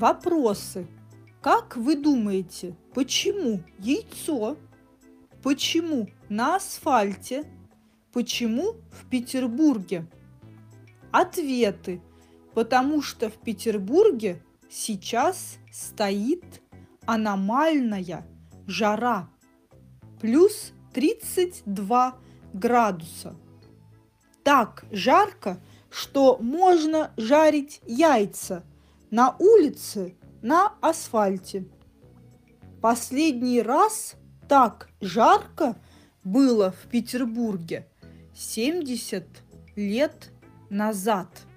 Вопросы. Как вы думаете, почему яйцо? Почему на асфальте? Почему в Петербурге? Ответы. Потому что в Петербурге сейчас стоит аномальная жара. Плюс 32 градуса. Так жарко, что можно жарить яйца на улице, на асфальте. Последний раз так жарко было в Петербурге 70 лет назад.